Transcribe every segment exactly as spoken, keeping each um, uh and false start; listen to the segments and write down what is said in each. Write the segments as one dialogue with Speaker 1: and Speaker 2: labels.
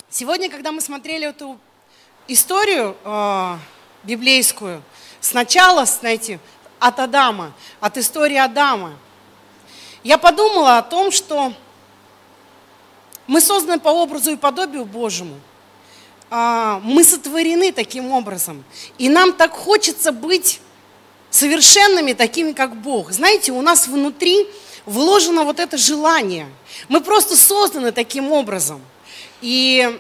Speaker 1: Сегодня, когда мы смотрели эту историю э, библейскую, сначала, знаете, от Адама, от истории Адама, я подумала о том, что мы созданы по образу и подобию Божьему. Э, мы сотворены таким образом. И нам так хочется быть совершенными, такими, как Бог. Знаете, у нас внутри вложено вот это желание. Мы просто созданы таким образом. И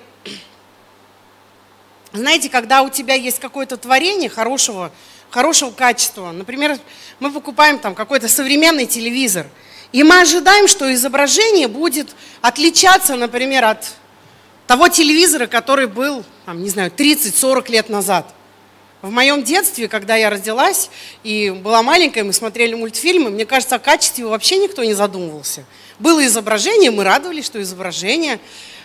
Speaker 1: знаете, когда у тебя есть какое-то творение хорошего, хорошего качества, например, мы покупаем там какой-то современный телевизор, и мы ожидаем, что изображение будет отличаться, например, от того телевизора, который был, там, не знаю, тридцать-сорок лет назад. В моем детстве, когда я родилась и была маленькая, мы смотрели мультфильмы, мне кажется, о качестве вообще никто не задумывался. Было изображение, мы радовались, что изображение.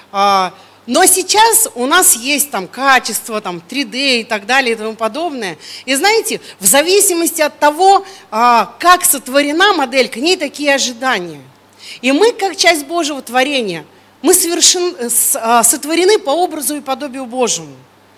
Speaker 1: Но сейчас у нас есть там качество, там три дэ и так далее и тому подобное. И знаете, в зависимости от того, как сотворена модель, к ней такие ожидания. И мы, как часть Божьего творения, мы совершен, сотворены по образу и подобию Божьему.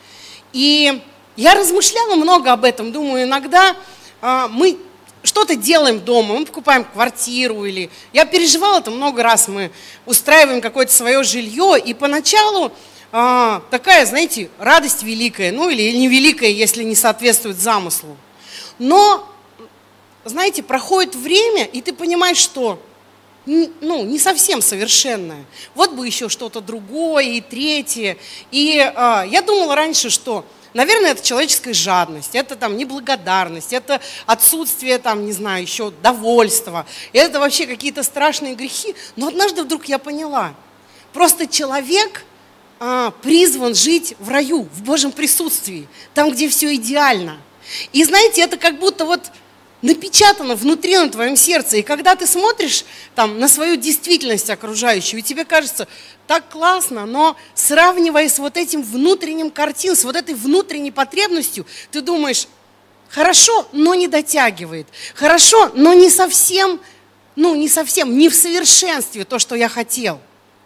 Speaker 1: И я размышляла много об этом, думаю, иногда мы что-то делаем дома, мы покупаем квартиру, или я переживала это много раз, мы устраиваем какое-то свое жилье, и поначалу а, такая, знаете, радость великая, ну или невеликая, если не соответствует замыслу. Но, знаете, проходит время, и ты понимаешь, что ну, не совсем совершенное. Вот бы еще что-то другое и третье. И а, я думала раньше, что наверное, это человеческая жадность, это там неблагодарность, это отсутствие там, не знаю, еще довольства, это вообще какие-то страшные грехи. Но однажды вдруг я поняла, просто человек а, призван жить в раю, в Божьем присутствии, там, где все идеально. И знаете, это как будто вот напечатано внутри на твоем сердце. И когда ты смотришь там, на свою действительность окружающую, и тебе кажется, так классно, но сравнивая с вот этим внутренним картиной, с вот этой внутренней потребностью, ты думаешь, хорошо, но не дотягивает. Хорошо, но не совсем, ну не совсем, не в совершенстве то, что я хотел.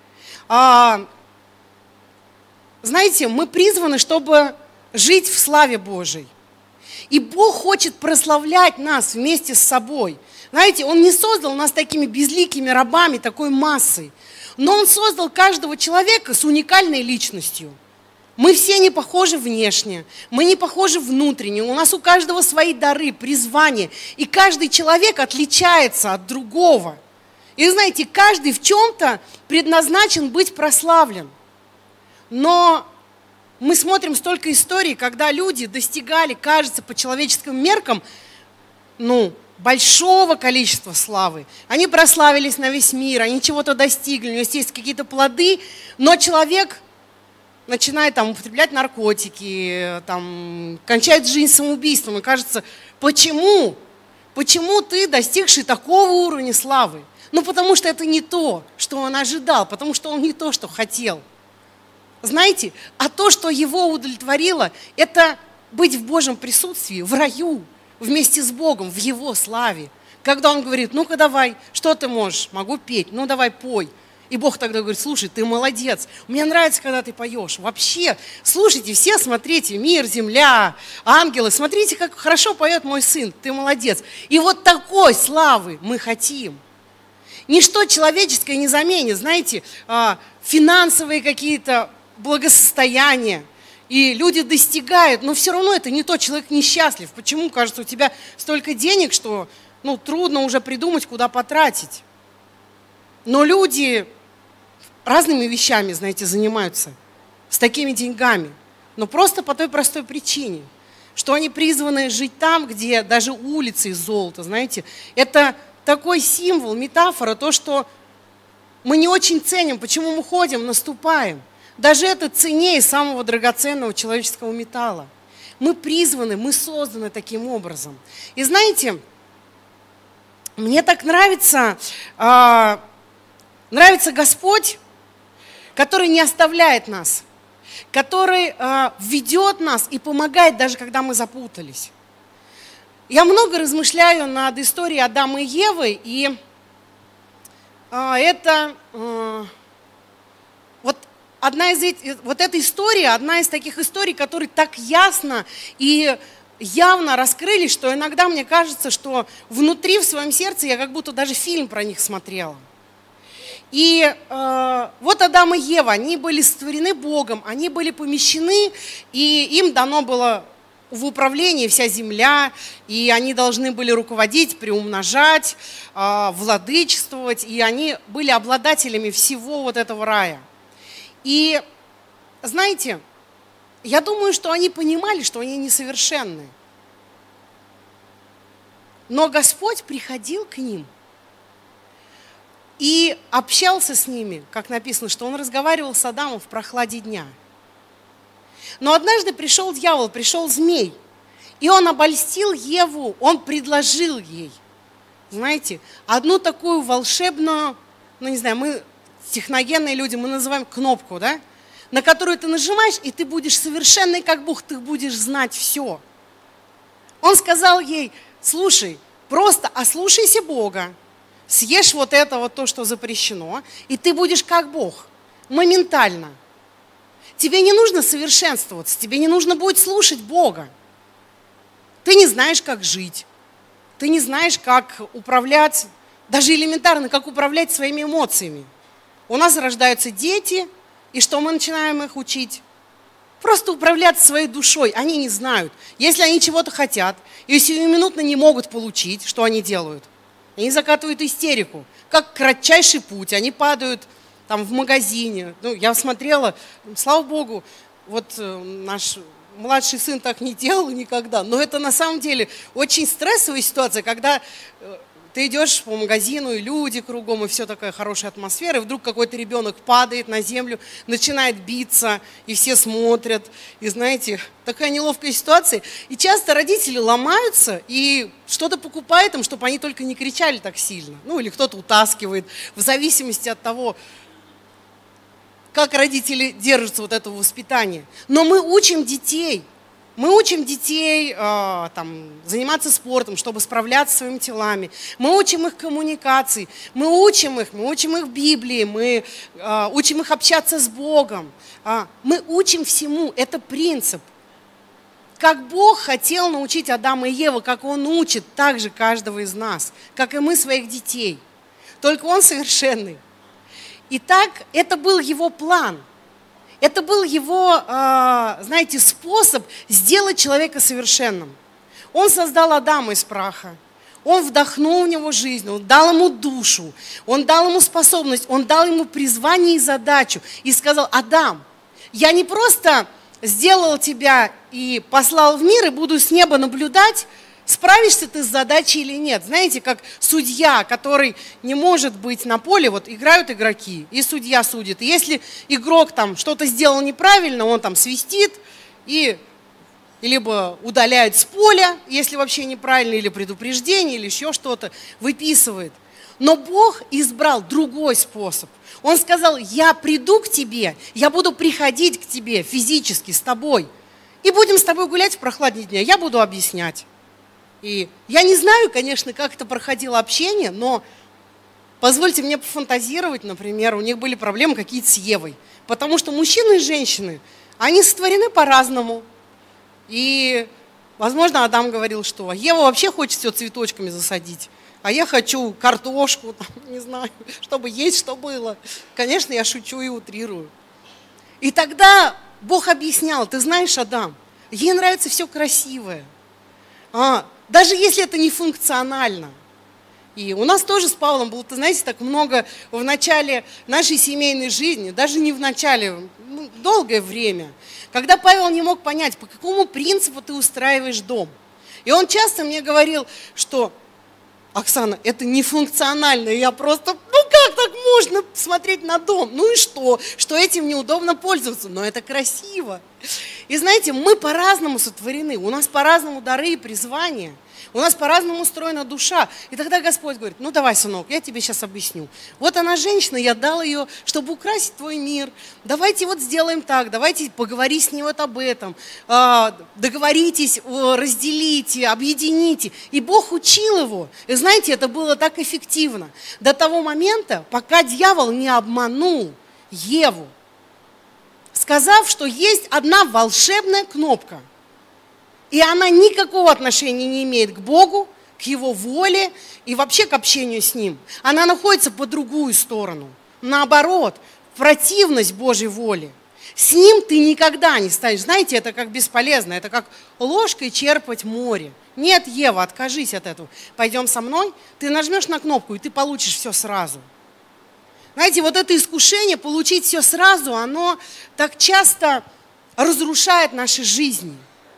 Speaker 1: А, знаете, мы призваны, чтобы жить в славе Божией. И Бог хочет прославлять нас вместе с собой. Знаете, Он не создал нас такими безликими рабами, такой массой. Но Он создал каждого человека с уникальной личностью. Мы все не похожи внешне, мы не похожи внутренне. У нас у каждого свои дары, призвания. И каждый человек отличается от другого. И знаете, каждый в чем-то предназначен быть прославлен. Но мы смотрим столько историй, когда люди достигали, кажется, по человеческим меркам, ну, большого количества славы. Они прославились на весь мир, они чего-то достигли, у них есть какие-то плоды, но человек начинает там употреблять наркотики, там, кончает жизнь самоубийством. И кажется, почему? Почему ты, достигший такого уровня славы? Ну, потому что это не то, что он ожидал, потому что он не то, что хотел. Знаете, а то, что его удовлетворило, это быть в Божьем присутствии, в раю, вместе с Богом, в Его славе. Когда Он говорит, ну-ка давай, что ты можешь? Могу петь, ну давай пой. И Бог тогда говорит, слушай, ты молодец, мне нравится, когда ты поешь. Вообще, слушайте, все смотрите, мир, земля, ангелы, смотрите, как хорошо поет мой сын, ты молодец. И вот такой славы мы хотим. Ничто человеческое не заменит, знаете, финансовые какие-то благосостояние, и люди достигают, но все равно это не то, человек несчастлив. Почему? Кажется, у тебя столько денег, что ну, трудно уже придумать, куда потратить. Но люди разными вещами, знаете, занимаются с такими деньгами, но просто по той простой причине, что они призваны жить там, где даже улицы из золота, знаете, это такой символ, метафора, то, что мы не очень ценим, почему мы ходим, наступаем. Даже это ценнее самого драгоценного человеческого металла. Мы призваны, мы созданы таким образом. И знаете, мне так нравится, э, нравится Господь, который не оставляет нас, который э, ведет нас и помогает, даже когда мы запутались. Я много размышляю над историей Адама и Евы, и э, это... Э, вот одна из этих, вот эта история, одна из таких историй, которые так ясно и явно раскрылись, что иногда мне кажется, что внутри, в своем сердце, я как будто даже фильм про них смотрела. И э, вот Адам и Ева, они были сотворены Богом, они были помещены, и им дано было в управлении вся земля, и они должны были руководить, приумножать, э, владычествовать, и они были обладателями всего вот этого рая. И знаете, я думаю, что они понимали, что они несовершенны. Но Господь приходил к ним и общался с ними, как написано, что он разговаривал с Адамом в прохладе дня. Но однажды пришел дьявол, пришел змей, и он обольстил Еву, он предложил ей, знаете, одну такую волшебную, ну не знаю, мы техногенные люди, мы называем кнопку, да, на которую ты нажимаешь, и ты будешь совершенный, как Бог, ты будешь знать все. Он сказал ей: слушай, просто ослушайся Бога, съешь вот это вот то, что запрещено, и ты будешь как Бог, моментально. Тебе не нужно совершенствоваться, тебе не нужно будет слушать Бога. Ты не знаешь, как жить, ты не знаешь, как управлять, даже элементарно, как управлять своими эмоциями. У нас рождаются дети, и что мы начинаем их учить? Просто управляться своей душой, они не знают. Если они чего-то хотят, и сиюминутно не могут получить, что они делают? Они закатывают истерику, как кратчайший путь, они падают там в магазине. Ну, я смотрела, слава Богу, вот наш младший сын так не делал никогда, но это на самом деле очень стрессовая ситуация, когда ты идешь по магазину, и люди кругом, и все такая хорошая атмосфера, и вдруг какой-то ребенок падает на землю, начинает биться, и все смотрят, и знаете, такая неловкая ситуация. И часто родители ломаются и что-то покупают им, чтобы они только не кричали так сильно. Ну, или кто-то утаскивает, в зависимости от того, как родители держатся вот этого воспитания. Но мы учим детей. Мы учим детей э, там, заниматься спортом, чтобы справляться со своими телами. Мы учим их коммуникации, мы учим их, мы учим их Библии, мы э, учим их общаться с Богом. Э, мы учим всему, это принцип. Как Бог хотел научить Адама и Еву, как Он учит также каждого из нас, как и мы своих детей. Только Он совершенный. Итак, это был Его план. Это был его, знаете, способ сделать человека совершенным. Он создал Адама из праха, он вдохнул в него жизнь, он дал ему душу, он дал ему способность, он дал ему призвание и задачу. И сказал: Адам, я не просто сделал тебя и послал в мир, и буду с неба наблюдать, справишься ты с задачей или нет. Знаете, как судья, который не может быть на поле, вот играют игроки, и судья судит. И если игрок там что-то сделал неправильно, он там свистит, и либо удаляет с поля, если вообще неправильно, или предупреждение, или еще что-то, выписывает. Но Бог избрал другой способ. Он сказал: я приду к тебе, я буду приходить к тебе физически с тобой, и будем с тобой гулять в прохладные дни, я буду объяснять. И я не знаю, конечно, как это проходило общение, но позвольте мне пофантазировать, например, у них были проблемы какие-то с Евой. Потому что мужчины и женщины, они сотворены по-разному. И, возможно, Адам говорил, что Ева вообще хочет все цветочками засадить, а я хочу картошку, там, не знаю, чтобы есть, что было. Конечно, я шучу и утрирую. И тогда Бог объяснял: ты знаешь, Адам, ей нравится все красивое. А, даже если это не функционально. И у нас тоже с Павлом было, знаете, так много в начале нашей семейной жизни, даже не в начале, ну, долгое время, когда Павел не мог понять, по какому принципу ты устраиваешь дом. И он часто мне говорил, что: Оксана, это не функционально. И я просто: ну как так можно смотреть на дом? Ну и что? Что этим неудобно пользоваться? Но это красиво. И знаете, мы по-разному сотворены, у нас по-разному дары и призвания. У нас по-разному устроена душа. И тогда Господь говорит: ну давай, сынок, я тебе сейчас объясню. Вот она женщина, я дал ее, чтобы украсить твой мир. Давайте вот сделаем так, давайте поговори с ней вот об этом. Договоритесь, разделите, объедините. И Бог учил его. И знаете, это было так эффективно. До того момента, пока дьявол не обманул Еву. сказав, что есть одна волшебная кнопка. И она никакого отношения не имеет к Богу, к Его воле и вообще к общению с Ним. Она находится по другую сторону. Наоборот, противность Божьей воле. С Ним ты никогда не станешь. Знаете, это как бесполезно, это как ложкой черпать море. Нет, Ева, откажись от этого. Пойдем со мной, ты нажмешь на кнопку, и ты получишь все сразу. Знаете, вот это искушение получить все сразу, оно так часто разрушает наши жизни.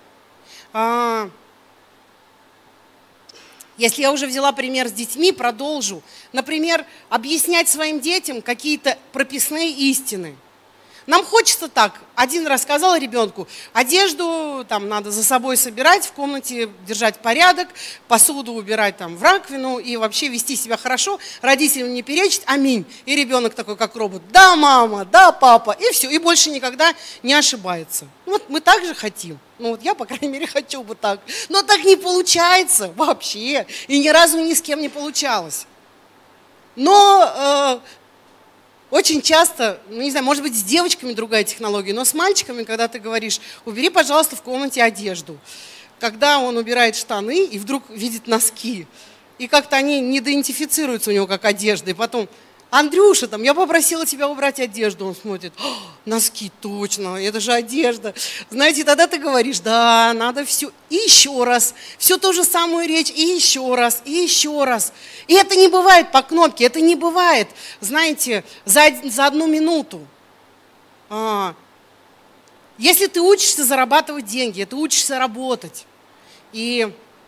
Speaker 1: Если я уже взяла пример с детьми, продолжу. Например, объяснять своим детям какие-то прописные истины. Нам хочется так. Один раз сказал ребенку, одежду там надо за собой собирать, в комнате держать порядок, посуду убирать там в раковину и вообще вести себя хорошо, родителям не перечить, аминь. И ребенок такой, как робот, да, мама, да, папа, и все, и больше никогда не ошибается. Вот мы так же хотим. Ну вот я, по крайней мере, хочу бы так. Но так не получается вообще. И ни разу ни с кем не получалось. Но... Э, Очень часто, ну не знаю, может быть, с девочками другая технология, но с мальчиками, когда ты говоришь, убери, пожалуйста, в комнате одежду. Когда он убирает штаны и вдруг видит носки, и как-то они не идентифицируются у него как одежда, и потом, Андрюша, там, я попросила тебя убрать одежду, он смотрит, носки, точно, это же одежда. Знаете, тогда ты говоришь, да, надо все, и еще раз, все ту же самую речь, и еще раз, и еще раз. И это не бывает по кнопке, это не бывает, знаете, за, за одну минуту. А, если ты учишься зарабатывать деньги, ты учишься работать. И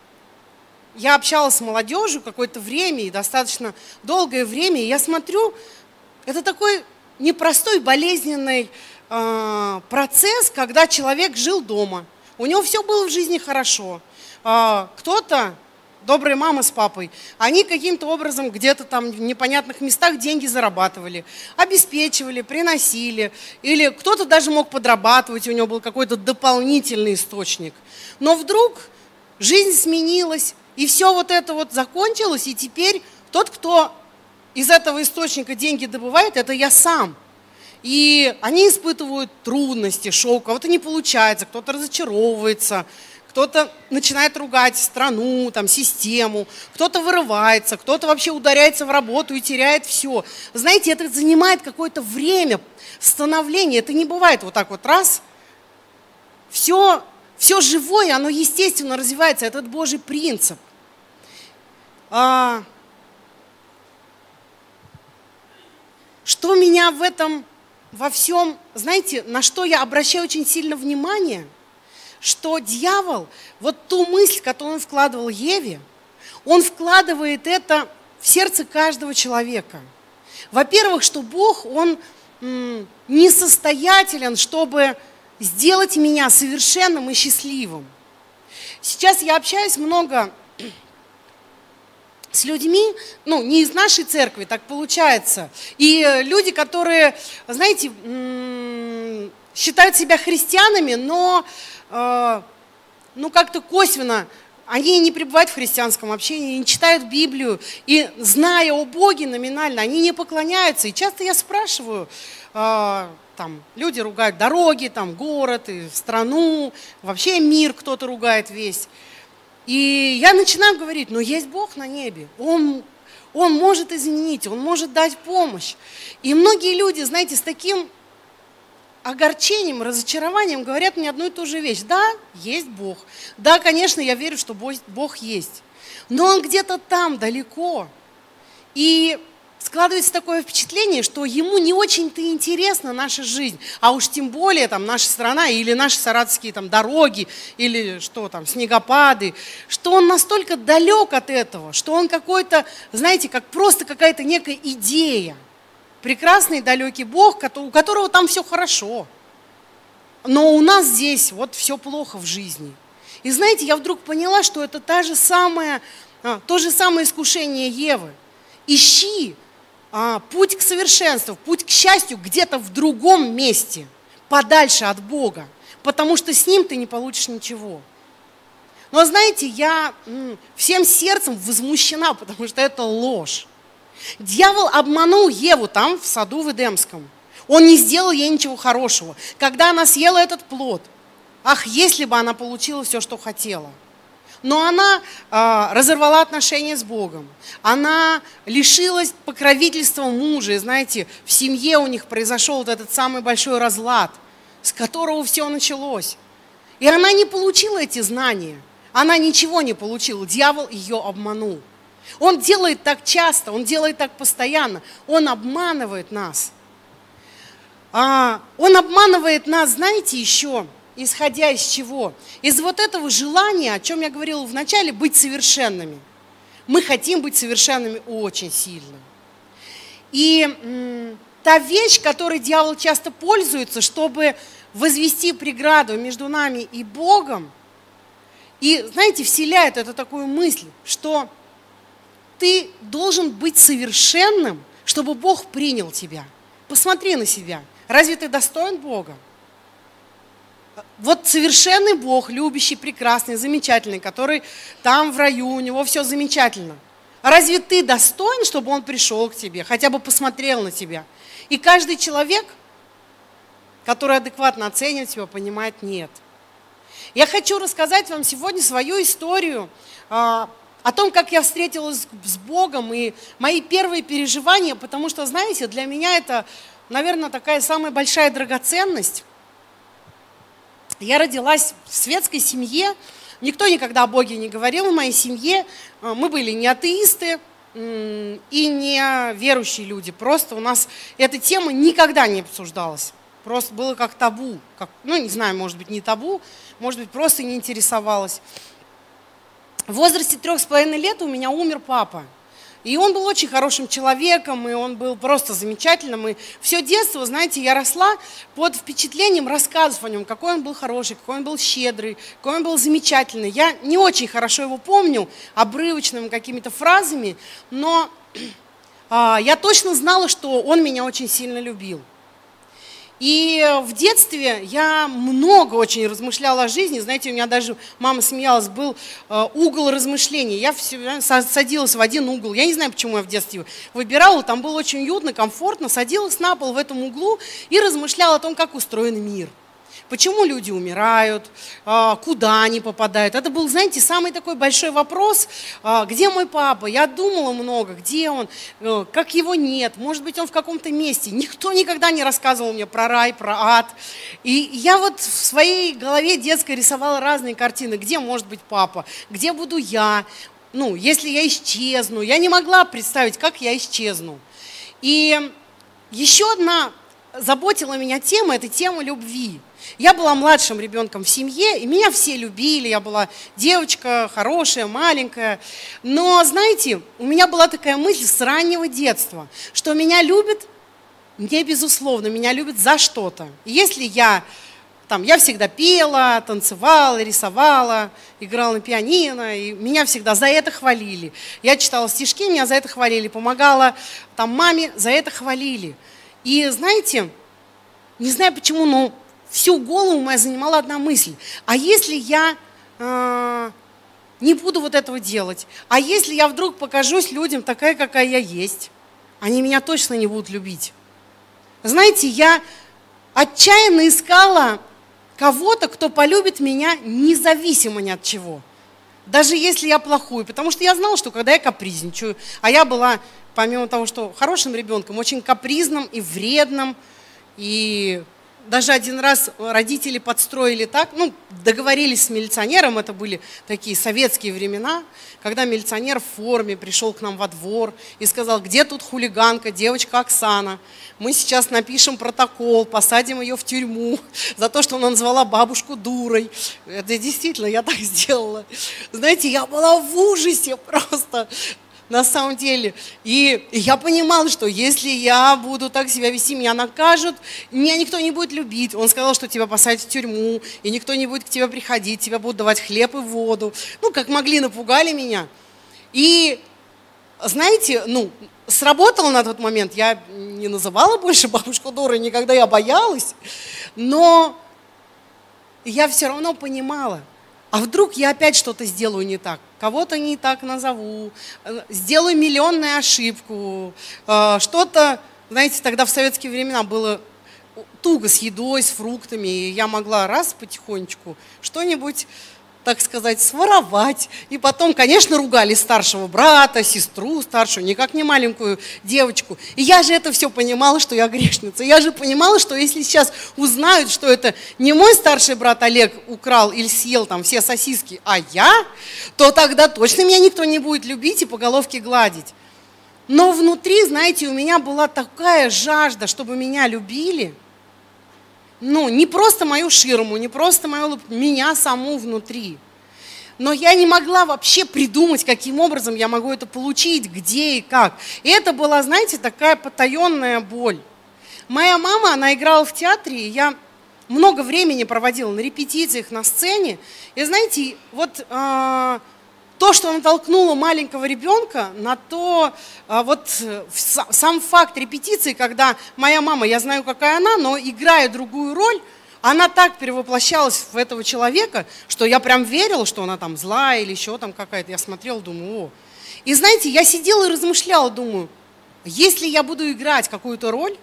Speaker 1: я общалась с молодежью какое-то время, и достаточно долгое время, и я смотрю, это такой непростой, болезненный э, процесс, когда человек жил дома. У него все было в жизни хорошо. Э, кто-то, добрая мама с папой, они каким-то образом где-то там в непонятных местах деньги зарабатывали, обеспечивали, приносили, или кто-то даже мог подрабатывать, у него был какой-то дополнительный источник. Но вдруг жизнь сменилась, и все вот это вот закончилось, и теперь тот, кто из этого источника деньги добывает, это я сам. И они испытывают трудности, шок, у кого-то не получается, кто-то разочаровывается, кто-то начинает ругать страну, там, систему, кто-то вырывается, кто-то вообще ударяется в работу и теряет все. Знаете, это занимает какое-то время становления, это не бывает вот так вот раз, все... Все живое, оно естественно развивается, это Божий принцип. А, что меня в этом, во всем, знаете, на что я обращаю очень сильно внимание, что дьявол, вот ту мысль, которую он вкладывал Еве, он вкладывает это в сердце каждого человека. Во-первых, что Бог, он м, несостоятелен, чтобы сделать меня совершенным и счастливым. Сейчас я общаюсь много с людьми, ну, не из нашей церкви, так получается. И люди, которые, знаете, считают себя христианами, но э, ну, как-то косвенно, они не пребывают в христианском общении, не читают Библию, и, зная о Боге номинально, они не поклоняются. И часто я спрашиваю, э, там, люди ругают дороги, там, город, и страну, вообще мир кто-то ругает весь. И я начинаю говорить, но есть Бог на небе, Он, Он может изменить, Он может дать помощь. И многие люди, знаете, с таким огорчением, разочарованием говорят мне одну и ту же вещь. Да, есть Бог. Да, конечно, я верю, что Бог есть. Но Он где-то там, далеко. И складывается такое впечатление, что ему не очень-то интересна наша жизнь, а уж тем более там наша страна или наши саратовские там дороги, или что там, снегопады, что он настолько далек от этого, что он какой-то, знаете, как просто какая-то некая идея. Прекрасный далекий Бог, у которого там все хорошо. Но у нас здесь вот все плохо в жизни. И знаете, я вдруг поняла, что это та же самая, то же самое искушение Евы. Ищи а, путь к совершенству, путь к счастью где-то в другом месте, подальше от Бога, потому что с Ним ты не получишь ничего. Но знаете, я м, всем сердцем возмущена, потому что это ложь. Дьявол обманул Еву там, в саду в Эдемском. Он не сделал ей ничего хорошего. Когда она съела этот плод, ах, если бы она получила все, что хотела. Но она э, разорвала отношения с Богом. Она лишилась покровительства мужа. И знаете, в семье у них произошел вот этот самый большой разлад, с которого все началось. И она не получила эти знания. Она ничего не получила. Дьявол ее обманул. Он делает так часто, он делает так постоянно. Он обманывает нас. А, он обманывает нас, знаете, еще, исходя из чего? Из вот этого желания, о чем я говорила в начале, быть совершенными. Мы хотим быть совершенными очень сильно. И м, та вещь, которой дьявол часто пользуется, чтобы возвести преграду между нами и Богом, и, знаете, вселяет эту такую мысль, что ты должен быть совершенным, чтобы Бог принял тебя. Посмотри на себя. Разве ты достоин Бога? Вот совершенный Бог, любящий, прекрасный, замечательный, который там в раю, у него все замечательно. Разве ты достоин, чтобы Он пришел к тебе, хотя бы посмотрел на тебя? И каждый человек, который адекватно оценивает тебя, понимает, нет. Я хочу рассказать вам сегодня свою историю а, о том, как я встретилась с Богом и мои первые переживания, потому что, знаете, для меня это, наверное, такая самая большая драгоценность. Я родилась в светской семье, никто никогда о Боге не говорил в моей семье, мы были не атеисты и не верующие люди, просто у нас эта тема никогда не обсуждалась, просто было как табу, как, ну не знаю, может быть не табу, может быть просто не интересовалась. В возрасте трех с половиной лет у меня умер папа. И он был очень хорошим человеком, и он был просто замечательным. И все детство, знаете, я росла под впечатлением рассказов о нем, какой он был хороший, какой он был щедрый, какой он был замечательный. Я не очень хорошо его помню, обрывочными какими-то фразами, но а, я точно знала, что он меня очень сильно любил. И в детстве я много очень размышляла о жизни. Знаете, у меня даже, мама смеялась, был э, угол размышлений. Я все, садилась в один угол. Я не знаю, почему я в детстве выбирала. Там было очень уютно, комфортно. Садилась на пол в этом углу и размышляла о том, как устроен мир. Почему люди умирают, куда они попадают. Это был, знаете, самый такой большой вопрос, где мой папа? Я думала много, где он, как его нет, может быть, он в каком-то месте. Никто никогда не рассказывал мне про рай, про ад. И я вот в своей голове детской рисовала разные картины, где может быть папа, где буду я, ну, если я исчезну. Я не могла представить, как я исчезну. И еще одна заботила меня тема, это тема любви. Я была младшим ребенком в семье, и меня все любили, я была девочка хорошая, маленькая. Но, знаете, у меня была такая мысль с раннего детства, что меня любят, не безусловно, меня любят за что-то. И если я, там, я всегда пела, танцевала, рисовала, играла на пианино, и меня всегда за это хвалили. Я читала стишки, меня за это хвалили, помогала там маме, за это хвалили. И знаете, не знаю почему, но всю голову моя занимала одна мысль. А если я э, не буду вот этого делать? А если я вдруг покажусь людям такая, какая я есть? Они меня точно не будут любить. Знаете, я отчаянно искала кого-то, кто полюбит меня независимо ни от чего. Даже если я плохую. Потому что я знала, что когда я капризничаю, а я была, помимо того, что хорошим ребенком, очень капризным и вредным, и даже один раз родители подстроили так, ну, договорились с милиционером, это были такие советские времена, когда милиционер в форме пришел к нам во двор и сказал, где тут хулиганка, девочка Оксана, мы сейчас напишем протокол, посадим ее в тюрьму за то, что она назвала бабушку дурой. Это действительно, я так сделала. Знаете, я была в ужасе просто. На самом деле. И я понимала, что если я буду так себя вести, меня накажут, меня никто не будет любить. Он сказал, что тебя посадят в тюрьму, и никто не будет к тебе приходить, тебе будут давать хлеб и воду. Ну, как могли, напугали меня. И, знаете, ну, сработало на тот момент. Я не называла больше бабушку дурой, никогда я боялась. Но я все равно понимала, а вдруг я опять что-то сделаю не так, кого-то не так назову, сделаю миллионную ошибку, что-то, знаете, тогда в советские времена было туго с едой, с фруктами, и я могла раз потихонечку что-нибудь, так сказать, своровать. И потом, конечно, ругали старшего брата, сестру старшую, никак не маленькую девочку. И я же это все понимала, что я грешница. Я же понимала, что если сейчас узнают, что это не мой старший брат Олег украл или съел там все сосиски, а я, то тогда точно меня никто не будет любить и по головке гладить. Но внутри, знаете, у меня была такая жажда, чтобы меня любили. Ну, не просто мою ширму, не просто мою улыбку, меня саму внутри. Но я не могла вообще придумать, каким образом я могу это получить, где и как. И это была, знаете, такая потаенная боль. Моя мама, она играла в театре, и я много времени проводила на репетициях, на сцене. И знаете, вот э, то, что натолкнуло маленького ребенка на то, э, вот сам факт репетиции, когда моя мама, я знаю, какая она, но играя другую роль, она так перевоплощалась в этого человека, что я прям верила, что она там злая или еще там какая-то. Я смотрела, думаю, о. И знаете, я сидела и размышляла, думаю, если я буду играть какую-то роль,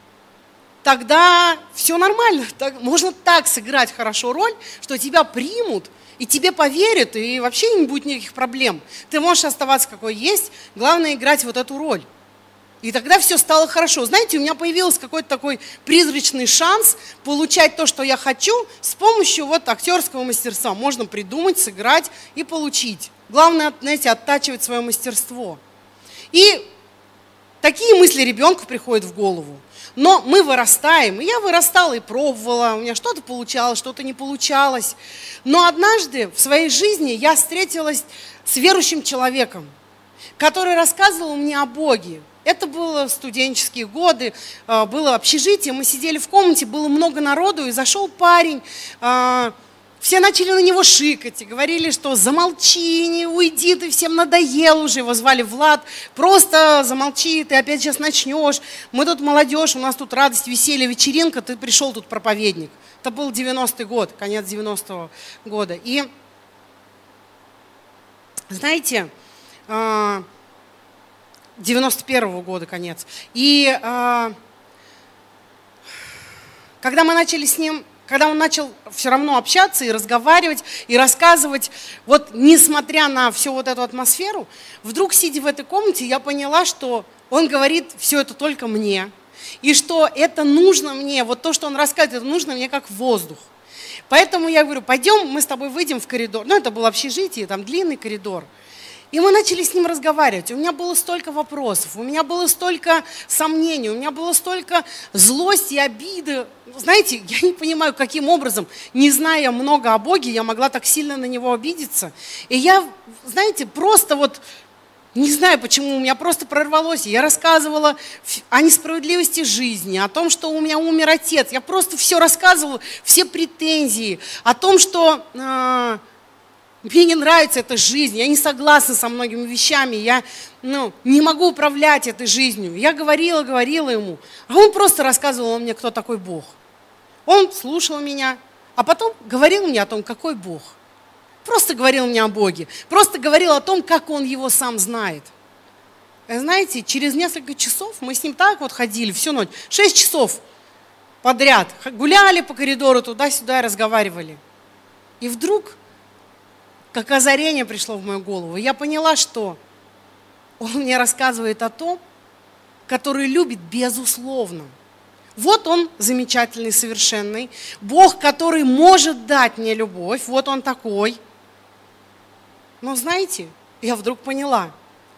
Speaker 1: тогда все нормально. Так, можно так сыграть хорошо роль, что тебя примут, и тебе поверят, и вообще не будет никаких проблем. Ты можешь оставаться какой есть, главное играть вот эту роль. И тогда все стало хорошо. Знаете, у меня появился какой-то такой призрачный шанс получать то, что я хочу, с помощью вот актерского мастерства. Можно придумать, сыграть и получить. Главное, знаете, оттачивать свое мастерство. И такие мысли ребенку приходят в голову. Но мы вырастаем, и я вырастала и пробовала, у меня что-то получалось, что-то не получалось. Но однажды в своей жизни я встретилась с верующим человеком, который рассказывал мне о Боге. Это было студенческие годы, было общежитие, мы сидели в комнате, было много народу, и зашел парень. Все начали на него шикать и говорили, что замолчи, не уйди, ты всем надоел уже. Его звали Влад, просто замолчи, ты опять сейчас начнешь. Мы тут молодежь, у нас тут радость, веселье, вечеринка, ты пришел тут проповедник. Это был девяностый год, конец девяностого года. И знаете, девяносто первого года конец. И когда мы начали с ним... Когда он начал все равно общаться и разговаривать, и рассказывать, вот несмотря на всю вот эту атмосферу, вдруг, сидя в этой комнате, я поняла, что он говорит все это только мне, и что это нужно мне, вот то, что он рассказывает, это нужно мне как воздух. Поэтому я говорю, пойдем, мы с тобой выйдем в коридор. Ну, это было общежитие, там длинный коридор. И мы начали с ним разговаривать. У меня было столько вопросов, у меня было столько сомнений, у меня было столько злости и обиды. Знаете, я не понимаю, каким образом, не зная много о Боге, я могла так сильно на него обидеться. И я, знаете, просто вот, не знаю почему, у меня просто прорвалось. Я рассказывала о несправедливости жизни, о том, что у меня умер отец. Я просто все рассказывала, все претензии, о том, что... Э, Мне не нравится эта жизнь, я не согласна со многими вещами, я ну, не могу управлять этой жизнью. Я говорила, говорила ему, а он просто рассказывал мне, кто такой Бог. Он слушал меня, а потом говорил мне о том, какой Бог. Просто говорил мне о Боге, просто говорил о том, как он его сам знает. И знаете, через несколько часов мы с ним так вот ходили всю ночь, шесть часов подряд, гуляли по коридору туда-сюда, разговаривали. И вдруг... как озарение пришло в мою голову. Я поняла, что он мне рассказывает о том, который любит безусловно. Вот он замечательный, совершенный. Бог, который может дать мне любовь. Вот он такой. Но знаете, я вдруг поняла.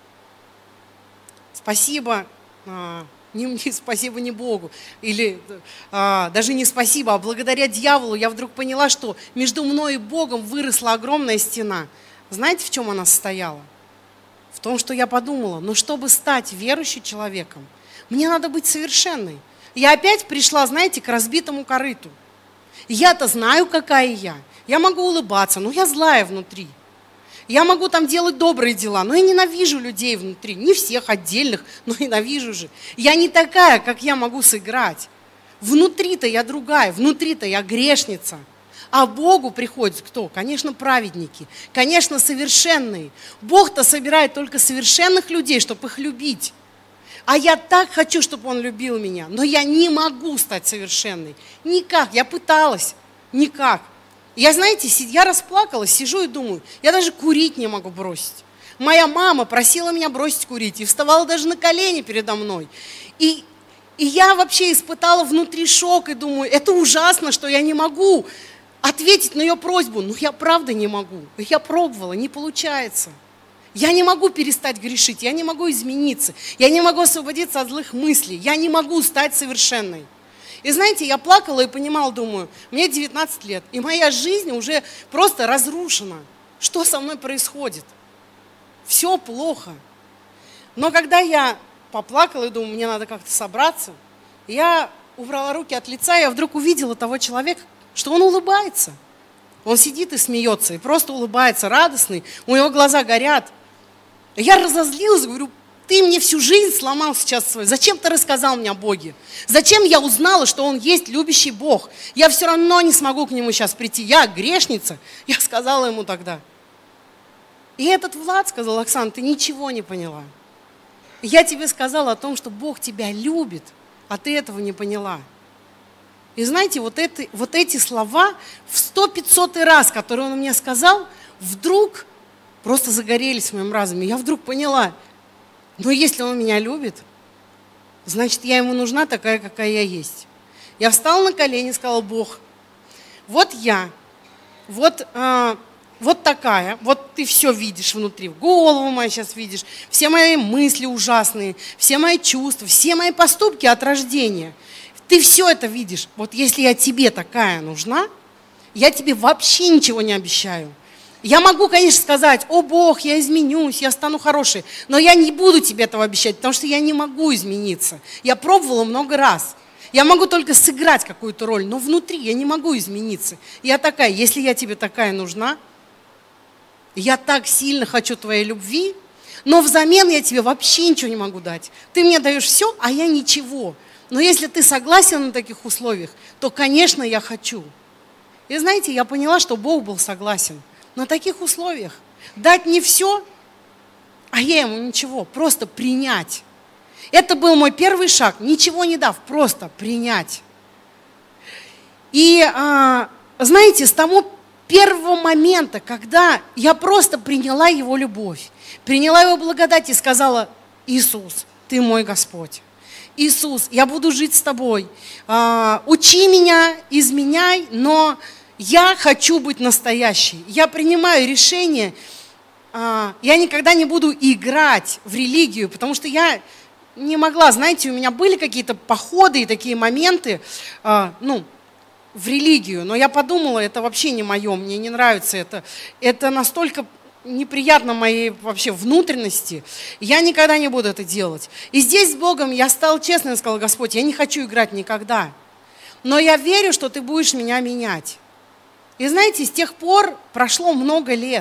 Speaker 1: Спасибо, не мне, спасибо не Богу. Или а, даже не спасибо, а благодаря дьяволу я вдруг поняла, что между мной и Богом выросла огромная стена. Знаете, в чем она состояла? В том, что я подумала, ну чтобы стать верующим человеком, мне надо быть совершенной. Я опять пришла, знаете, к разбитому корыту. Я-то знаю, какая я. Я могу улыбаться, но я злая внутри. Я могу там делать добрые дела, но я ненавижу людей внутри. Не всех отдельных, но ненавижу же. Я не такая, как я могу сыграть. Внутри-то я другая, внутри-то я грешница. А Богу приходит кто? Конечно, праведники, конечно, совершенные. Бог-то собирает только совершенных людей, чтобы их любить. А я так хочу, чтобы он любил меня, но я не могу стать совершенной. Никак, я пыталась, никак. Я, знаете, я расплакалась, сижу и думаю, я даже курить не могу бросить. Моя мама просила меня бросить курить и вставала даже на колени передо мной. И, и я вообще испытала внутри шок и думаю, это ужасно, что я не могу ответить на ее просьбу. Но я правда не могу. Я пробовала, не получается. Я не могу перестать грешить, я не могу измениться, я не могу освободиться от злых мыслей, я не могу стать совершенной. И знаете, я плакала и понимала, думаю, мне девятнадцать лет, и моя жизнь уже просто разрушена. Что со мной происходит? Все плохо. Но когда я поплакала и думаю, мне надо как-то собраться, я убрала руки от лица, и я вдруг увидела того человека, что он улыбается. Он сидит и смеется, и просто улыбается, радостный, у него глаза горят. Я разозлилась, говорю, ты мне всю жизнь сломал сейчас свою. Зачем ты рассказал мне о Боге? Зачем я узнала, что Он есть любящий Бог? Я все равно не смогу к Нему сейчас прийти. Я грешница. Я сказала ему тогда. И этот Влад сказал, Оксана, ты ничего не поняла. Я тебе сказала о том, что Бог тебя любит, а ты этого не поняла. И знаете, вот, это, вот эти слова в сто-пятьсотый раз, которые он мне сказал, вдруг просто загорелись в моем разуме. Я вдруг поняла, но если он меня любит, значит, я ему нужна такая, какая я есть. Я встала на колени и сказала, Бог, вот я, вот, э, вот такая, вот ты все видишь внутри, голову мою сейчас видишь, все мои мысли ужасные, все мои чувства, все мои поступки от рождения. Ты все это видишь. Вот если я тебе такая нужна, я тебе вообще ничего не обещаю. Я могу, конечно, сказать, о Бог, я изменюсь, я стану хорошей, но я не буду тебе этого обещать, потому что я не могу измениться. Я пробовала много раз. Я могу только сыграть какую-то роль, но внутри я не могу измениться. Я такая, если я тебе такая нужна, я так сильно хочу твоей любви, но взамен я тебе вообще ничего не могу дать. Ты мне даешь все, а я ничего. Но если ты согласен на таких условиях, то, конечно, я хочу. И знаете, я поняла, что Бог был согласен на таких условиях. Дать не все, а я ему ничего, просто принять. Это был мой первый шаг, ничего не дав, просто принять. И а, знаете, с того первого момента, когда я просто приняла его любовь, приняла его благодать и сказала, Иисус, ты мой Господь. Иисус, я буду жить с тобой. А, учи меня, изменяй, но я хочу быть настоящей. Я принимаю решение, а, я никогда не буду играть в религию, потому что я не могла, знаете, у меня были какие-то походы и такие моменты, а, ну, в религию, но я подумала, это вообще не мое, мне не нравится это. Это настолько неприятно моей вообще внутренности, я никогда не буду это делать. И здесь с Богом я стала честной и сказала, Господь, я не хочу играть никогда, но я верю, что Ты будешь меня менять. И знаете, с тех пор прошло много лет.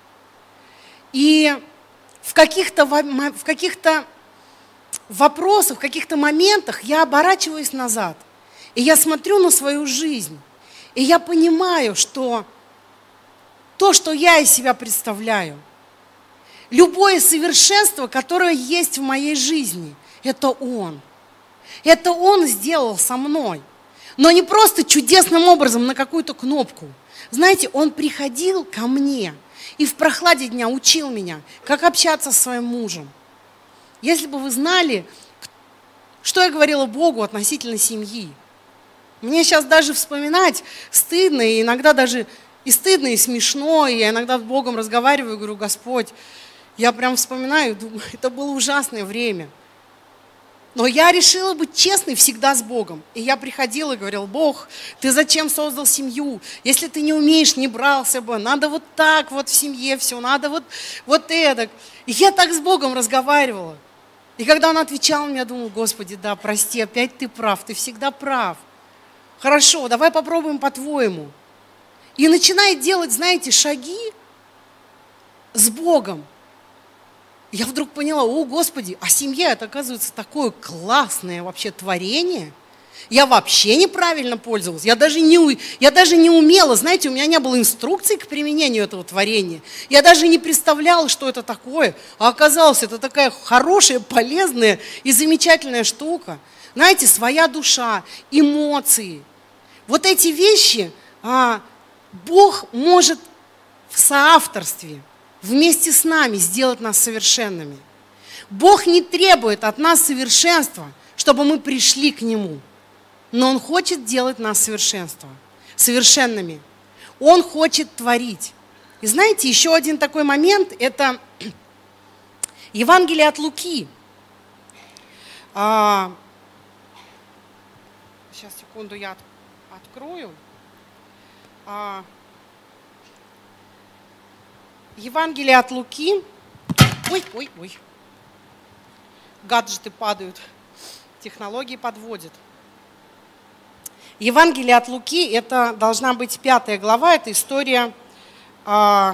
Speaker 1: И в каких-то, в каких-то вопросах, в каких-то моментах я оборачиваюсь назад. И я смотрю на свою жизнь. И я понимаю, что то, что я из себя представляю, любое совершенство, которое есть в моей жизни, это Он. Это Он сделал со мной. Но не просто чудесным образом на какую-то кнопку. Знаете, Он приходил ко мне и в прохладе дня учил меня, как общаться со своим мужем. Если бы вы знали, что я говорила Богу относительно семьи. Мне сейчас даже вспоминать стыдно, и иногда даже и стыдно, и смешно. И я иногда с Богом разговариваю, говорю, Господь, я прям вспоминаю, думаю, это было ужасное время. Но я решила быть честной всегда с Богом. И я приходила и говорила, Бог, Ты зачем создал семью? Если Ты не умеешь, не брался бы. Надо вот так вот в семье все, надо вот, вот это. И я так с Богом разговаривала. И когда Он отвечал мне, я думала, Господи, да, прости, опять Ты прав, Ты всегда прав. Хорошо, давай попробуем по-твоему. И начинает делать, знаете, шаги с Богом. Я вдруг поняла, о, Господи, а семья, это, оказывается, такое классное вообще творение. Я вообще неправильно пользовалась. Я даже не, у- я даже не умела, знаете, у меня не было инструкции к применению этого творения. Я даже не представляла, что это такое. А оказалось, это такая хорошая, полезная и замечательная штука. Знаете, своя душа, эмоции. Вот эти вещи а, Бог может в соавторстве вместе с нами сделать нас совершенными. Бог не требует от нас совершенства, чтобы мы пришли к Нему. Но Он хочет делать нас совершенство, совершенными. Он хочет творить. И знаете, еще один такой момент – это Евангелие от Луки. А, сейчас, секунду, я от- открою. А, Евангелие от Луки. Ой, ой, ой. Гаджеты падают. Технологии подводят. Евангелие от Луки, это должна быть пятая глава, это история, а,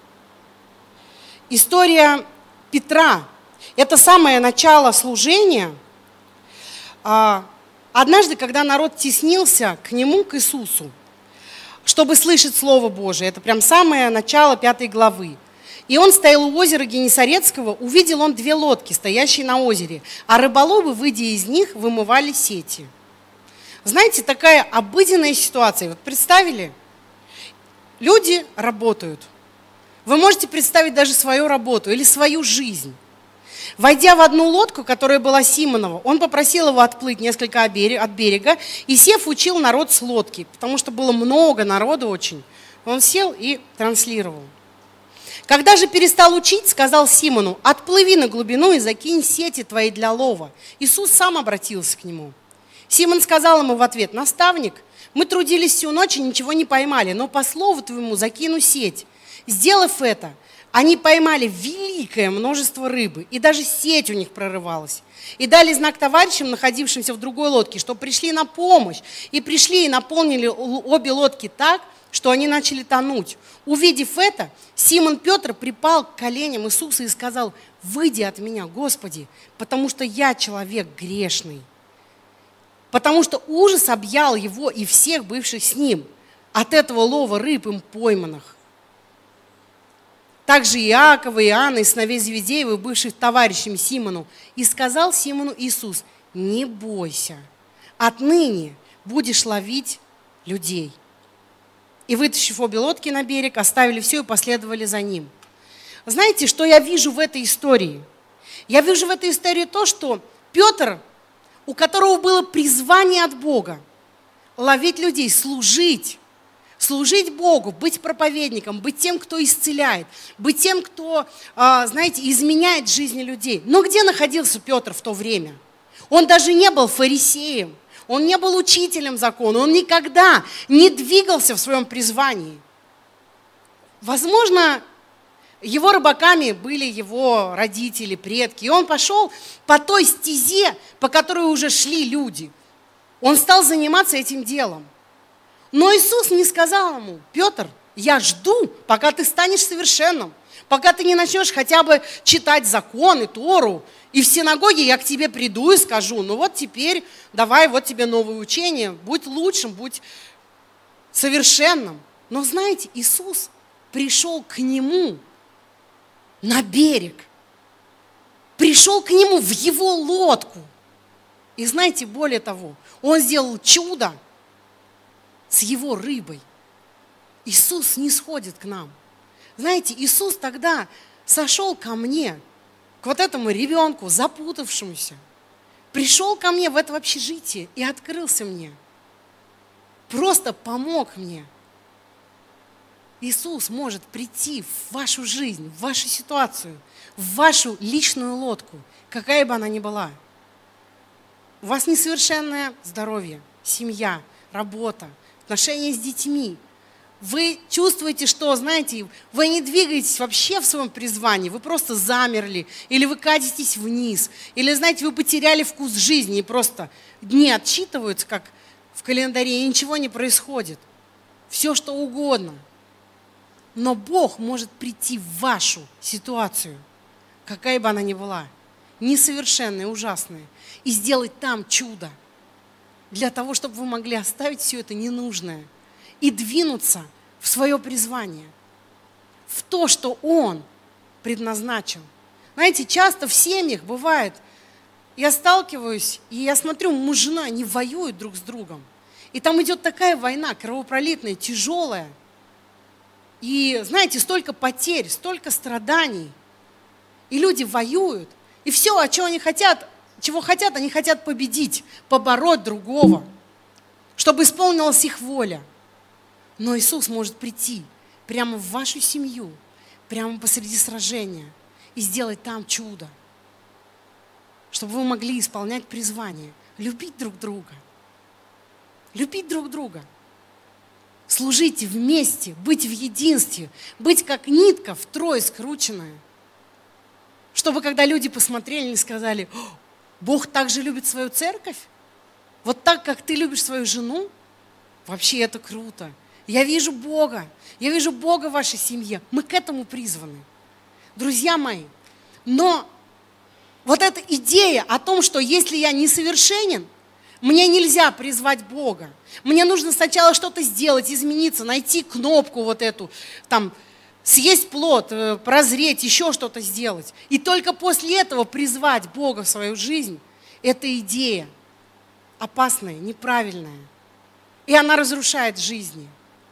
Speaker 1: история Петра. Это самое начало служения. А, однажды, когда народ теснился к нему, к Иисусу, чтобы слышать Слово Божие, это прям самое начало пятой главы. И он стоял у озера Генесарецкого, увидел он две лодки, стоящие на озере, а рыболовы, выйдя из них, вымывали сети. Знаете, такая обыденная ситуация. Вот представили? Люди работают. Вы можете представить даже свою работу или свою жизнь. Войдя в одну лодку, которая была Симонова, он попросил его отплыть несколько от берега, и сев, учил народ с лодки, потому что было много народу очень. Он сел и транслировал. Когда же перестал учить, сказал Симону: «Отплыви на глубину и закинь сети твои для лова». Иисус сам обратился к нему. Симон сказал ему в ответ: «Наставник, мы трудились всю ночь и ничего не поймали, но по слову твоему закину сеть». Сделав это, они поймали великое множество рыбы, и даже сеть у них прорывалась. И дали знак товарищам, находившимся в другой лодке, что пришли на помощь. И пришли и наполнили обе лодки так, что они начали тонуть. Увидев это, Симон Петр припал к коленям Иисуса и сказал: «Выйди от меня, Господи, потому что я человек грешный». Потому что ужас объял его и всех бывших с ним от этого лова рыб им пойманных. Также Иакова, и Иоанна, и сыновей Зеведеевых, бывших товарищами Симону. И сказал Симону Иисус: «Не бойся, отныне будешь ловить людей». И, вытащив обе лодки на берег, оставили все и последовали за ним. Знаете, что я вижу в этой истории? Я вижу в этой истории то, что Петр, у которого было призвание от Бога ловить людей, служить, служить Богу, быть проповедником, быть тем, кто исцеляет, быть тем, кто, знаете, изменяет жизни людей. Но где находился Петр в то время? Он даже не был фарисеем, он не был учителем закона, он никогда не двигался в своем призвании. Возможно, его рыбаками были его родители, предки. И он пошел по той стезе, по которой уже шли люди. Он стал заниматься этим делом. Но Иисус не сказал ему: «Петр, я жду, пока ты станешь совершенным, пока ты не начнешь хотя бы читать закон и Тору, и в синагоге я к тебе приду и скажу: ну вот теперь давай, вот тебе новое учение, будь лучшим, будь совершенным». Но знаете, Иисус пришел к нему на берег, пришел к нему в его лодку. И знаете, более того, он сделал чудо с его рыбой. Иисус не сходит к нам. Знаете, Иисус тогда сошел ко мне, к вот этому ребенку, запутавшемуся, пришел ко мне в это общежитие и открылся мне. Просто помог мне. Иисус может прийти в вашу жизнь, в вашу ситуацию, в вашу личную лодку, какая бы она ни была. У вас несовершенное здоровье, семья, работа, отношения с детьми. Вы чувствуете, что, знаете, вы не двигаетесь вообще в своем призвании, вы просто замерли, или вы катитесь вниз, или, знаете, вы потеряли вкус жизни, и просто дни отсчитываются, как в календаре, и ничего не происходит. Все, что угодно. Но Бог может прийти в вашу ситуацию, какая бы она ни была, несовершенная, ужасная, и сделать там чудо. для того, чтобы вы могли оставить все это ненужное и двинуться в свое призвание, в то, что Он предназначил. Знаете, часто в семьях бывает, я сталкиваюсь, и я смотрю, муж и жена, они воюют друг с другом. И там идет такая война, кровопролитная, тяжелая. И, знаете, столько потерь, столько страданий. И люди воюют. И все, о чем они хотят, чего хотят, они хотят победить, побороть другого, чтобы исполнилась их воля. Но Иисус может прийти прямо в вашу семью, прямо посреди сражения и сделать там чудо, чтобы вы могли исполнять призвание, любить друг друга, любить друг друга, служить вместе, быть в единстве, быть как нитка втрое скрученная, чтобы когда люди посмотрели и сказали: Бог также любит свою церковь, вот так, как ты любишь свою жену, вообще это круто. Я вижу Бога, я вижу Бога в вашей семье. Мы к этому призваны, друзья мои. Но вот эта идея о том, что если я несовершенен, мне нельзя призвать Бога. Мне нужно сначала что-то сделать, измениться, найти кнопку вот эту, там, съесть плод, прозреть, еще что-то сделать. И только после этого призвать Бога в свою жизнь. Это идея опасная, неправильная. И она разрушает жизни.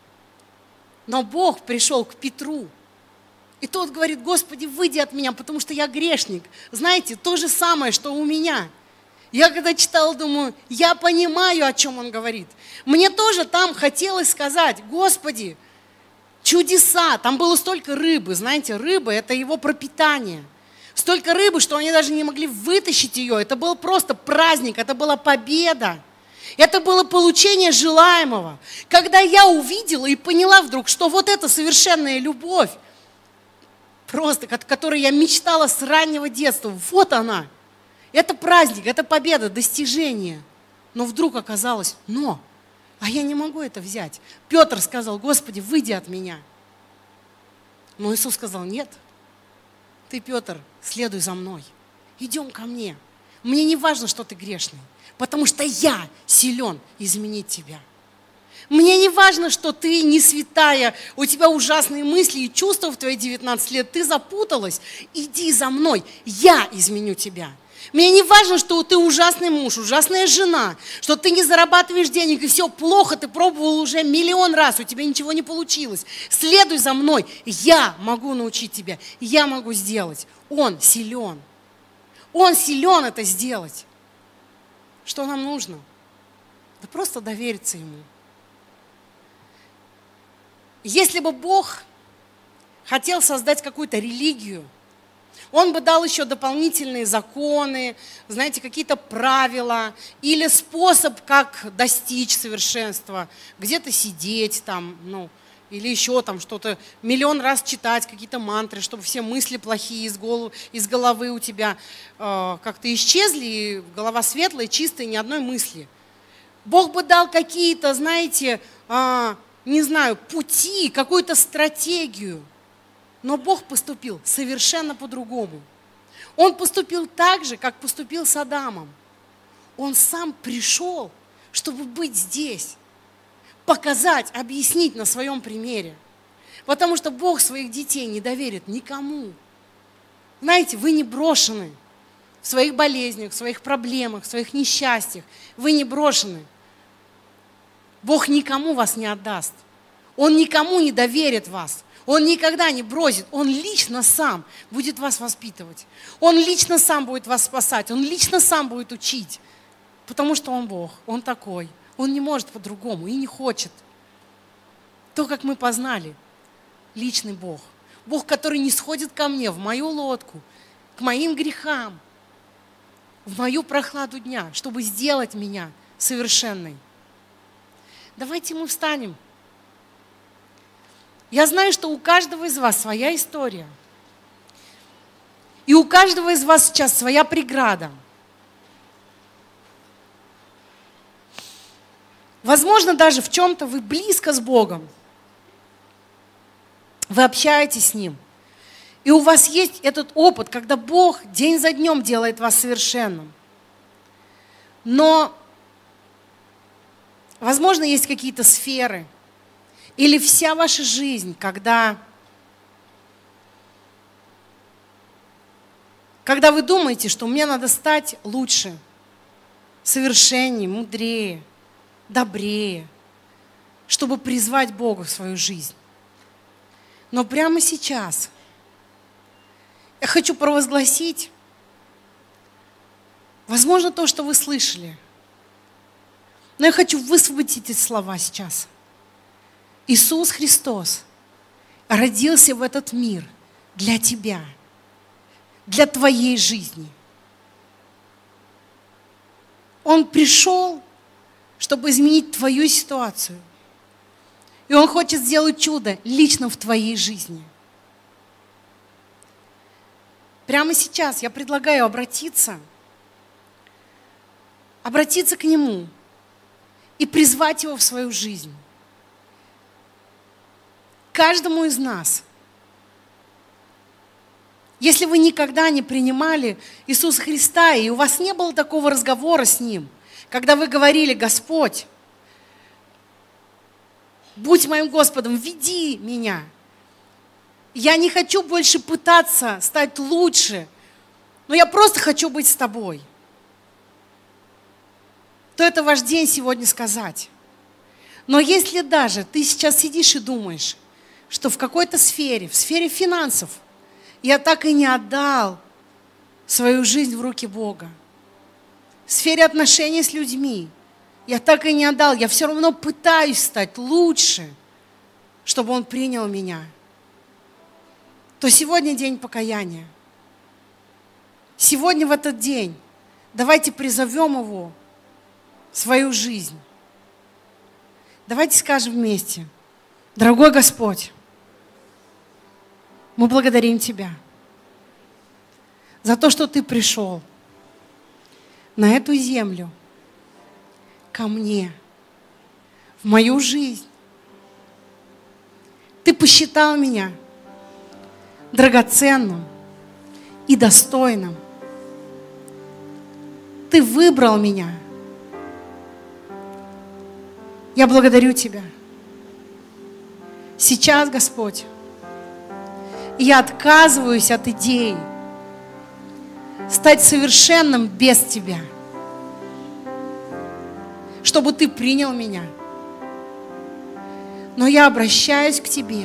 Speaker 1: Но Бог пришел к Петру. И тот говорит: Господи, выйди от меня, потому что я грешник. Знаете, то же самое, что у меня. Я когда читала, думаю, я понимаю, о чем он говорит. Мне тоже там хотелось сказать: Господи, чудеса. Там было столько рыбы, знаете, рыба – это его пропитание. Столько рыбы, что они даже не могли вытащить ее. Это был просто праздник, это была победа. Это было получение желаемого. Когда я увидела и поняла вдруг, что вот эта совершенная любовь, просто, от которой я мечтала с раннего детства, вот она. Это праздник, это победа, достижение. Но вдруг оказалось, но, а я не могу это взять. Петр сказал: Господи, выйди от меня. Но Иисус сказал: нет, ты, Петр, следуй за мной. Идем ко мне. Мне не важно, что ты грешный, потому что я силен изменить тебя. Мне не важно, что ты не святая, у тебя ужасные мысли и чувства в твои девятнадцать лет, ты запуталась. Иди за мной, я изменю тебя. Мне не важно, что ты ужасный муж, ужасная жена, что ты не зарабатываешь денег, и все плохо, ты пробовал уже миллион раз, у тебя ничего не получилось. Следуй за мной, я могу научить тебя, я могу сделать. Он силен. Он силен это сделать. Что нам нужно? Да просто довериться Ему. Если бы Бог хотел создать какую-то религию, Он бы дал еще дополнительные законы, знаете, какие-то правила или способ, как достичь совершенства, где-то сидеть там, ну, или еще там что-то, миллион раз читать какие-то мантры, чтобы все мысли плохие из головы, из головы у тебя э, как-то исчезли, и голова светлая, чистая, ни одной мысли. Бог бы дал какие-то, знаете, э, не знаю, пути, какую-то стратегию. Но Бог поступил совершенно по-другому. Он поступил так же, как поступил с Адамом. Он сам пришел, чтобы быть здесь, показать, объяснить на своем примере. Потому что Бог своих детей не доверит никому. Знаете, вы не брошены в своих болезнях, в своих проблемах, в своих несчастьях. Вы не брошены. Бог никому вас не отдаст. Он никому не доверит вас. Он никогда не бросит. Он лично сам будет вас воспитывать. Он лично сам будет вас спасать. Он лично сам будет учить. Потому что Он Бог. Он такой. Он не может по-другому и не хочет. То, как мы познали, личный Бог. Бог, который не сходит ко мне в мою лодку, к моим грехам, в мою прохладу дня, чтобы сделать меня совершенной. Давайте мы встанем. Я знаю, что у каждого из вас своя история. И у каждого из вас сейчас своя преграда. Возможно, даже в чем-то вы близко с Богом. Вы общаетесь с Ним. И у вас есть этот опыт, когда Бог день за днем делает вас совершенным. Но Возможно, есть какие-то сферы или вся ваша жизнь, когда, когда вы думаете, что мне надо стать лучше, совершеннее, мудрее, добрее, чтобы призвать Бога в свою жизнь. Но прямо сейчас я хочу провозгласить, возможно, то, что вы слышали, но я хочу высвободить эти слова сейчас. Иисус Христос родился в этот мир для тебя, для твоей жизни. Он пришел, чтобы изменить твою ситуацию. И Он хочет сделать чудо лично в твоей жизни. Прямо сейчас я предлагаю обратиться, обратиться к Нему и призвать Его в свою жизнь. Каждому из нас. Если вы никогда не принимали Иисуса Христа, и у вас не было такого разговора с Ним, когда вы говорили: Господь, будь моим Господом, веди меня. Я не хочу больше пытаться стать лучше, но я просто хочу быть с Тобой. То это ваш день сегодня сказать. Но если даже ты сейчас сидишь и думаешь, что в какой-то сфере, в сфере финансов, я так и не отдал свою жизнь в руки Бога, в сфере отношений с людьми, я так и не отдал, я все равно пытаюсь стать лучше, чтобы Он принял меня, то сегодня день покаяния. Сегодня в этот день давайте призовем Его в свою жизнь. Давайте скажем вместе: дорогой Господь, мы благодарим Тебя за то, что Ты пришел на эту землю, ко мне, в мою жизнь. Ты посчитал меня драгоценным и достойным. Ты выбрал меня. Я благодарю Тебя. Сейчас, Господь, я отказываюсь от идеи стать совершенным без Тебя, чтобы Ты принял меня. Но я обращаюсь к Тебе.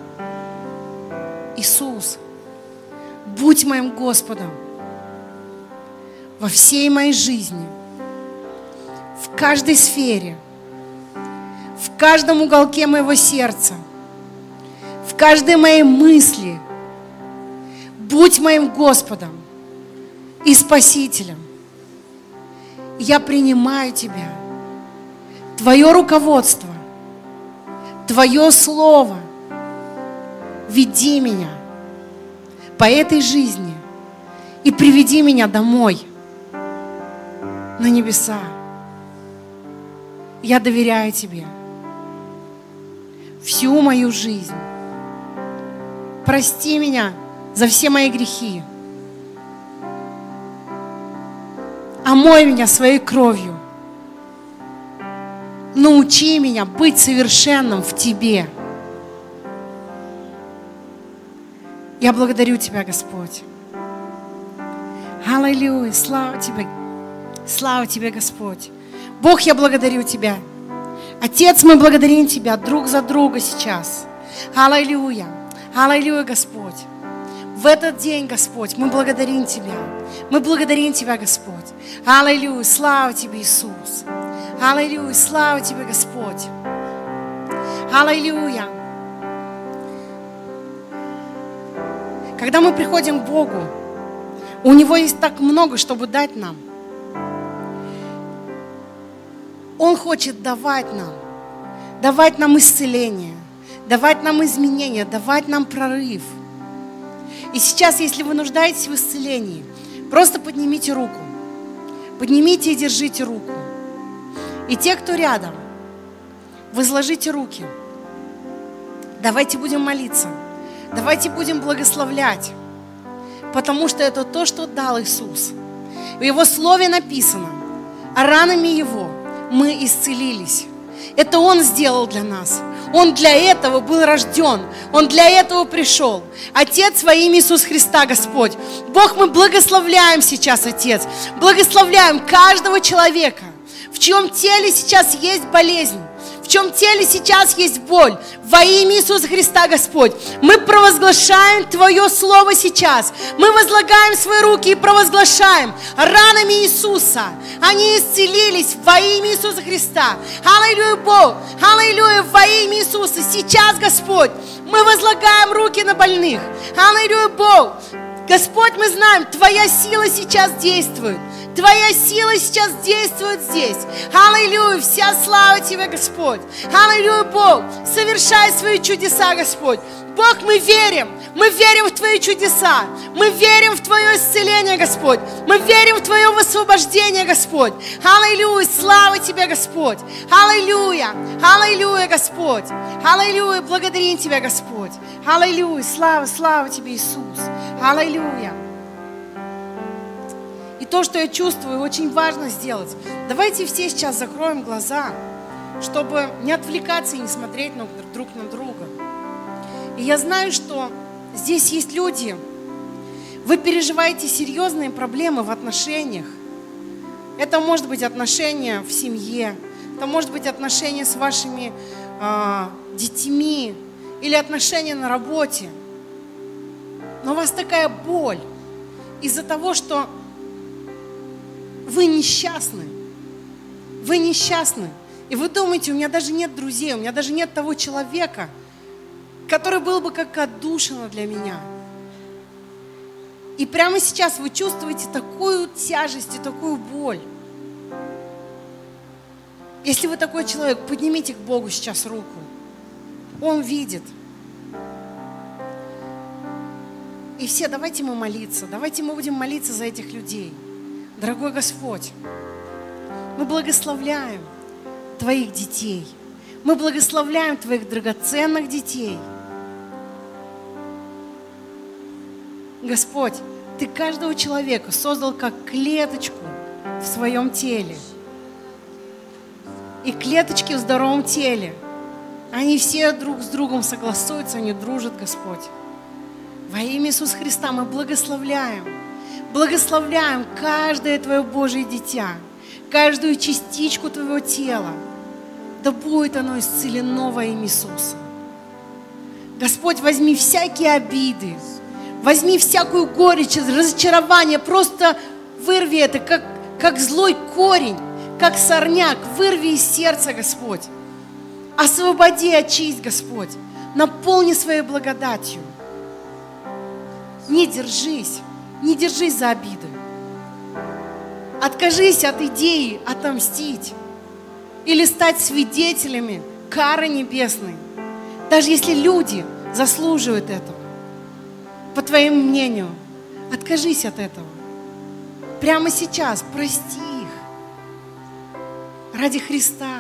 Speaker 1: Иисус, будь моим Господом во всей моей жизни, в каждой сфере, в каждом уголке моего сердца, в каждой моей мысли. Будь моим Господом и Спасителем. Я принимаю Тебя, Твое руководство, Твое Слово. Веди меня по этой жизни и приведи меня домой, на небеса. Я доверяю Тебе всю мою жизнь. Прости меня за все мои грехи. Омой меня своей кровью. Научи меня быть совершенным в Тебе. Я благодарю Тебя, Господь. Аллилуйя, слава Тебе. Слава Тебе, Господь. Бог, я благодарю Тебя. Отец, мы благодарим Тебя друг за друга сейчас. Аллилуйя. Аллилуйя, Господь. В этот день, Господь, мы благодарим Тебя. Мы благодарим Тебя, Господь. Аллилуйя, слава Тебе, Иисус. Аллилуйя, слава Тебе, Господь. Аллилуйя. Когда мы приходим к Богу, у Него есть так много, чтобы дать нам. Он хочет давать нам, давать нам исцеление, давать нам изменения, давать нам прорыв. И сейчас, если вы нуждаетесь в исцелении, просто поднимите руку. Поднимите и держите руку. И те, кто рядом, возложите руки. Давайте будем молиться. Давайте будем благословлять. Потому что это то, что дал Иисус. В Его Слове написано: а ранами Его мы исцелились. Это Он сделал для нас. Он для этого был рожден. Он для этого пришел. Отец, во имя Иисуса Христа, Господь. Бог, мы благословляем сейчас, Отец. Благословляем каждого человека, в чьем теле сейчас есть болезнь, в чьем теле сейчас есть боль. Во имя Иисуса Христа, Господь, мы провозглашаем Твое Слово сейчас. Мы возлагаем свои руки и провозглашаем ранами Иисуса. Они исцелились во имя Иисуса Христа. Аллилуйя, Бог! Аллилуйя, во имя Иисуса! Сейчас, Господь, мы возлагаем руки на больных. Аллилуйя, Бог! Господь, мы знаем, Твоя сила сейчас действует. Твоя сила сейчас действует здесь. Аллилуйя, вся слава Тебе, Господь. Аллилуйя, Бог, совершай свои чудеса, Господь. Бог, мы верим, мы верим в Твои чудеса, мы верим в Твое исцеление, Господь, мы верим в Твое высвобождение, Господь. Аллилуйя, слава Тебе, Господь. Аллилуйя, аллилуйя, Господь. Аллилуйя, благодарим Тебя, Господь. Аллилуйя, слава, слава Тебе, Иисус. Аллилуйя. И то, что я чувствую, очень важно сделать. Давайте все сейчас закроем глаза, чтобы не отвлекаться и не смотреть друг на друга. И я знаю, что здесь есть люди, вы переживаете серьезные проблемы в отношениях. Это может быть отношения в семье, это может быть отношения с вашими э, детьми или отношения на работе. Но у вас такая боль из-за того, что вы несчастны. Вы несчастны. И вы думаете, у меня даже нет друзей, у меня даже нет того человека, который был бы как отдушина для меня. И прямо сейчас вы чувствуете такую тяжесть и такую боль. Если вы такой человек, поднимите к Богу сейчас руку. Он видит. И все, давайте мы молиться, давайте мы будем молиться за этих людей. Дорогой Господь, мы благословляем Твоих детей. Мы благословляем Твоих драгоценных детей. Господь, Ты каждого человека создал как клеточку в своем теле. И клеточки в здоровом теле, они все друг с другом согласуются, они дружат, Господь. Во имя Иисуса Христа мы благословляем. Благословляем каждое Твое Божие дитя, каждую частичку Твоего тела. Да будет оно исцелено во имя Иисуса. Господь, возьми всякие обиды, возьми всякую горечь, разочарование, просто вырви это, как, как злой корень, как сорняк, вырви из сердца, Господь. Освободи, очисть, Господь, наполни своей благодатью. Не держись. Не держись за обиды. Откажись от идеи отомстить или стать свидетелями кары небесной, даже если люди заслуживают этого. По твоему мнению, откажись от этого. Прямо сейчас прости их. Ради Христа.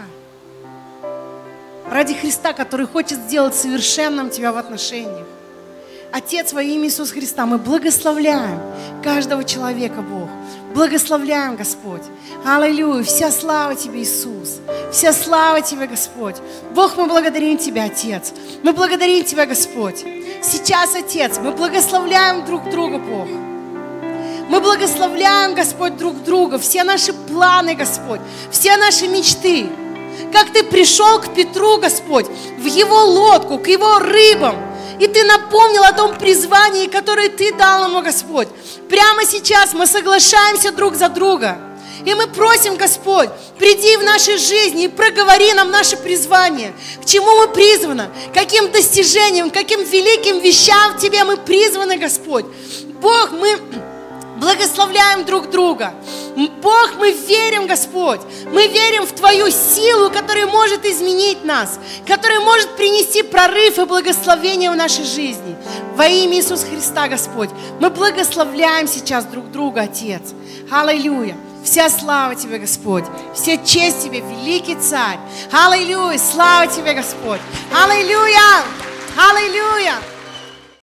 Speaker 1: Ради Христа, который хочет сделать совершенным тебя в отношениях. Отец, во имя Иисуса Христа, мы благословляем каждого человека, Бог. Благословляем, Господь. Аллилуйя. Вся слава Тебе, Иисус. Вся слава Тебе, Господь. Бог, мы благодарим Тебя, Отец. Мы благодарим Тебя, Господь. Сейчас, Отец, мы благословляем друг друга, Бог. Мы благословляем, Господь, друг друга. Все наши планы, Господь. Все наши мечты. Как Ты пришел к Петру, Господь, в его лодку, к его рыбам. И Ты напомнил о том призвании, которое Ты дал ему, Господь. Прямо сейчас мы соглашаемся друг за друга. И мы просим, Господь, приди в нашей жизни и проговори нам наше призвание. К чему мы призваны, каким достижениям, каким великим вещам в Тебе мы призваны, Господь. Бог, мы благословляем друг друга. Бог, мы верим, Господь, мы верим в Твою силу, которая может изменить нас, которая может принести прорыв и благословение в нашей жизни. Во имя Иисуса Христа, Господь, мы благословляем сейчас друг друга, Отец. Аллилуйя. Вся слава Тебе, Господь. Вся честь Тебе, великий Царь. Аллилуйя. Слава Тебе, Господь. Аллилуйя. Аллилуйя.